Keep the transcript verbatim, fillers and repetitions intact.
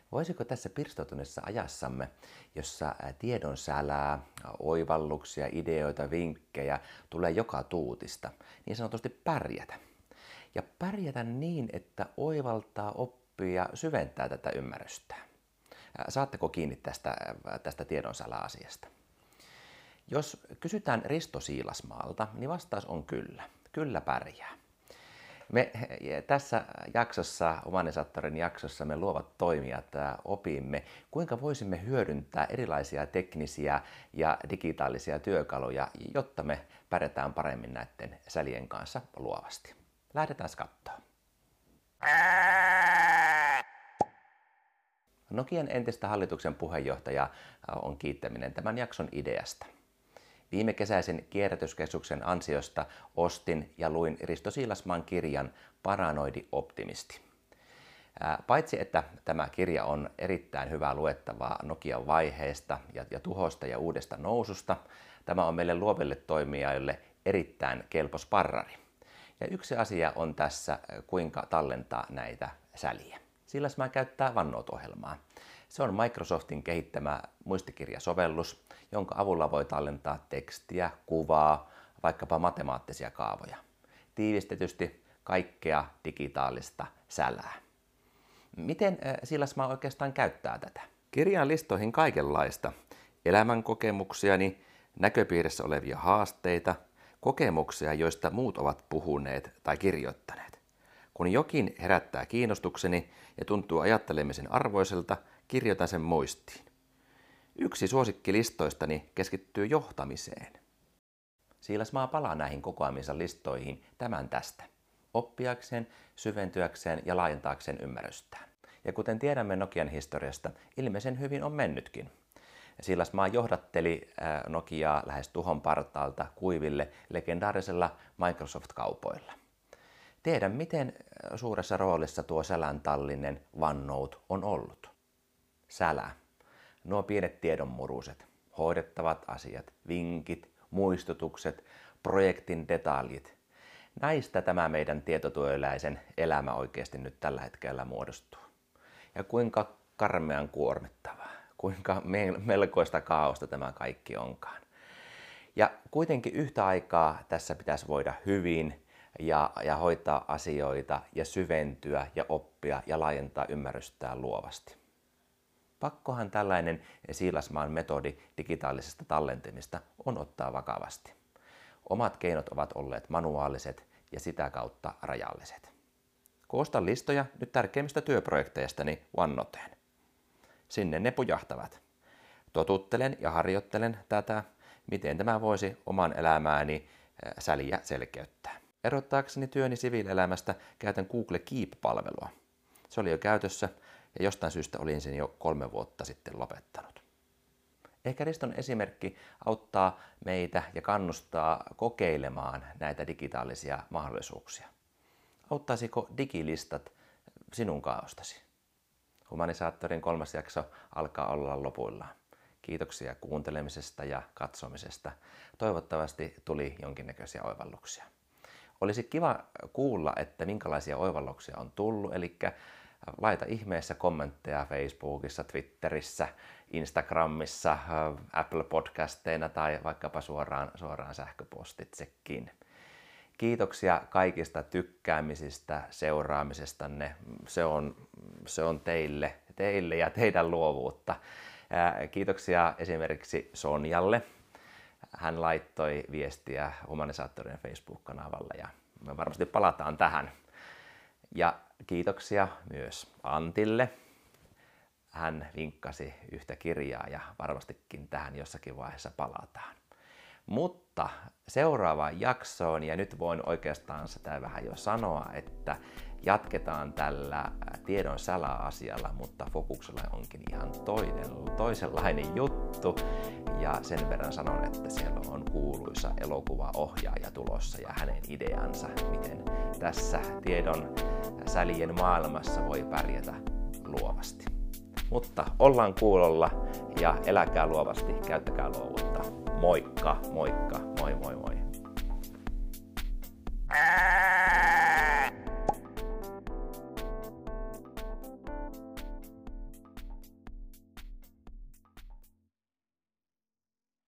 Voisiko tässä pirstoutuneessa ajassamme, jossa tiedon sälää, oivalluksia, ideoita, vinkkejä tulee joka tuutista, niin sanotusti pärjätä? Ja pärjätä niin, että oivaltaa, oppii ja syventää tätä ymmärrystä. Saatteko kiinni tästä, tästä tiedon sälä-asiasta? Jos kysytään Risto Siilasmaalta, niin vastaus on kyllä. Kyllä pärjää. Me tässä jaksossa, Humanisaattorin jaksossa, me luovat toimijat opimme, kuinka voisimme hyödyntää erilaisia teknisiä ja digitaalisia työkaluja, jotta me pärjätään paremmin näiden sälien kanssa luovasti. Lähdetään katsomaan. Nokian entistä hallituksen puheenjohtaja on kiittäminen tämän jakson ideasta. Viime kesäisen kierrätyskeskuksen ansiosta ostin ja luin Risto Siilasmaan kirjan Paranoidi optimisti. Paitsi että tämä kirja on erittäin hyvää luettavaa Nokian vaiheesta ja, ja tuhosta ja uudesta noususta, tämä on meille luoville toimijoille erittäin kelpo sparrari. Ja yksi asia on tässä, kuinka tallentaa näitä säliä. Siilasmaa käyttää OneNote-ohjelmaa. Se on Microsoftin kehittämä muistikirjasovellus, jonka avulla voi tallentaa tekstiä, kuvaa, vaikkapa matemaattisia kaavoja. Tiivistetysti kaikkea digitaalista sälää. Miten Siilasmaa oikeastaan käyttää tätä? Kirjaan listoihin kaikenlaista. Elämänkokemuksiani, näköpiirissä olevia haasteita, kokemuksia, joista muut ovat puhuneet tai kirjoittaneet. Kun jokin herättää kiinnostukseni ja tuntuu ajattelemisen arvoiselta, kirjoitan sen muistiin. Yksi suosikkilistoistani keskittyy johtamiseen. Siilasmaa palaa näihin kokoamiinsa listoihin tämän tästä, oppiakseen, syventyäkseen ja laajentaakseen ymmärrystään. Ja kuten tiedämme Nokian historiasta, ilmeisen hyvin on mennytkin. Siilasmaa johdatteli Nokiaa lähes tuhon partaalta kuiville legendaarisella Microsoft-kaupoilla. Tiedän, miten suuressa roolissa tuo sälän tallinen OneNote on ollut. Sälä. Nuo pienet tiedonmuruset, hoidettavat asiat, vinkit, muistutukset, projektin detaljit. Näistä tämä meidän tietotyöläisen elämä oikeasti nyt tällä hetkellä muodostuu. Ja kuinka karmean kuormittavaa, kuinka melkoista kaaosta tämä kaikki onkaan. Ja kuitenkin yhtä aikaa tässä pitäisi voida hyvin ja, ja hoitaa asioita ja syventyä ja oppia ja laajentaa ymmärrystään luovasti. Pakkohan tällainen Siilasmaan metodi digitaalisesta tallentimista on ottaa vakavasti. Omat keinot ovat olleet manuaaliset ja sitä kautta rajalliset. Koostan listoja nyt tärkeimmistä työprojekteistani OneNoteen. Sinne ne pujahtavat. Totuttelen ja harjoittelen tätä, miten tämä voisi oman elämääni säliä selkeyttää. Erottaakseni työni siviilielämästä käytän Google Keep-palvelua. Se oli jo käytössä ja jostain syystä olin sen jo kolme vuotta sitten lopettanut. Ehkä Riston esimerkki auttaa meitä ja kannustaa kokeilemaan näitä digitaalisia mahdollisuuksia. Auttaisiko digilistat sinun kaaostasi? Humanisaattorin kolmas jakso alkaa olla lopuillaan. Kiitoksia kuuntelemisesta ja katsomisesta. Toivottavasti tuli jonkinnäköisiä oivalluksia. Olisi kiva kuulla, että minkälaisia oivalluksia on tullut, eli laita ihmeessä kommentteja Facebookissa, Twitterissä, Instagramissa, Apple Podcasteina tai vaikkapa suoraan, suoraan sähköpostitsekin. Kiitoksia kaikista tykkäämisistä, seuraamisestanne. Se on, se on teille, teille ja teidän luovuutta. Kiitoksia esimerkiksi Sonjalle. Hän laittoi viestiä Humanisaattorin Facebook-kanavalla ja me varmasti palataan tähän. Ja kiitoksia myös Antille. Hän vinkkasi yhtä kirjaa ja varmastikin tähän jossakin vaiheessa palataan. Mutta seuraavaan jaksoon, ja nyt voin oikeastaan sitä vähän jo sanoa, että jatketaan tällä tiedon sälä-asialla, mutta fokuksella onkin ihan toinen, toisenlainen juttu. Ja sen verran sanon, että siellä on kuuluisa elokuvaohjaaja tulossa ja hänen ideansa, miten tässä tiedon sälien maailmassa voi pärjätä luovasti. Mutta ollaan kuulolla ja eläkää luovasti, käyttäkää luovuutta. Moikka, moikka, moi moi moi.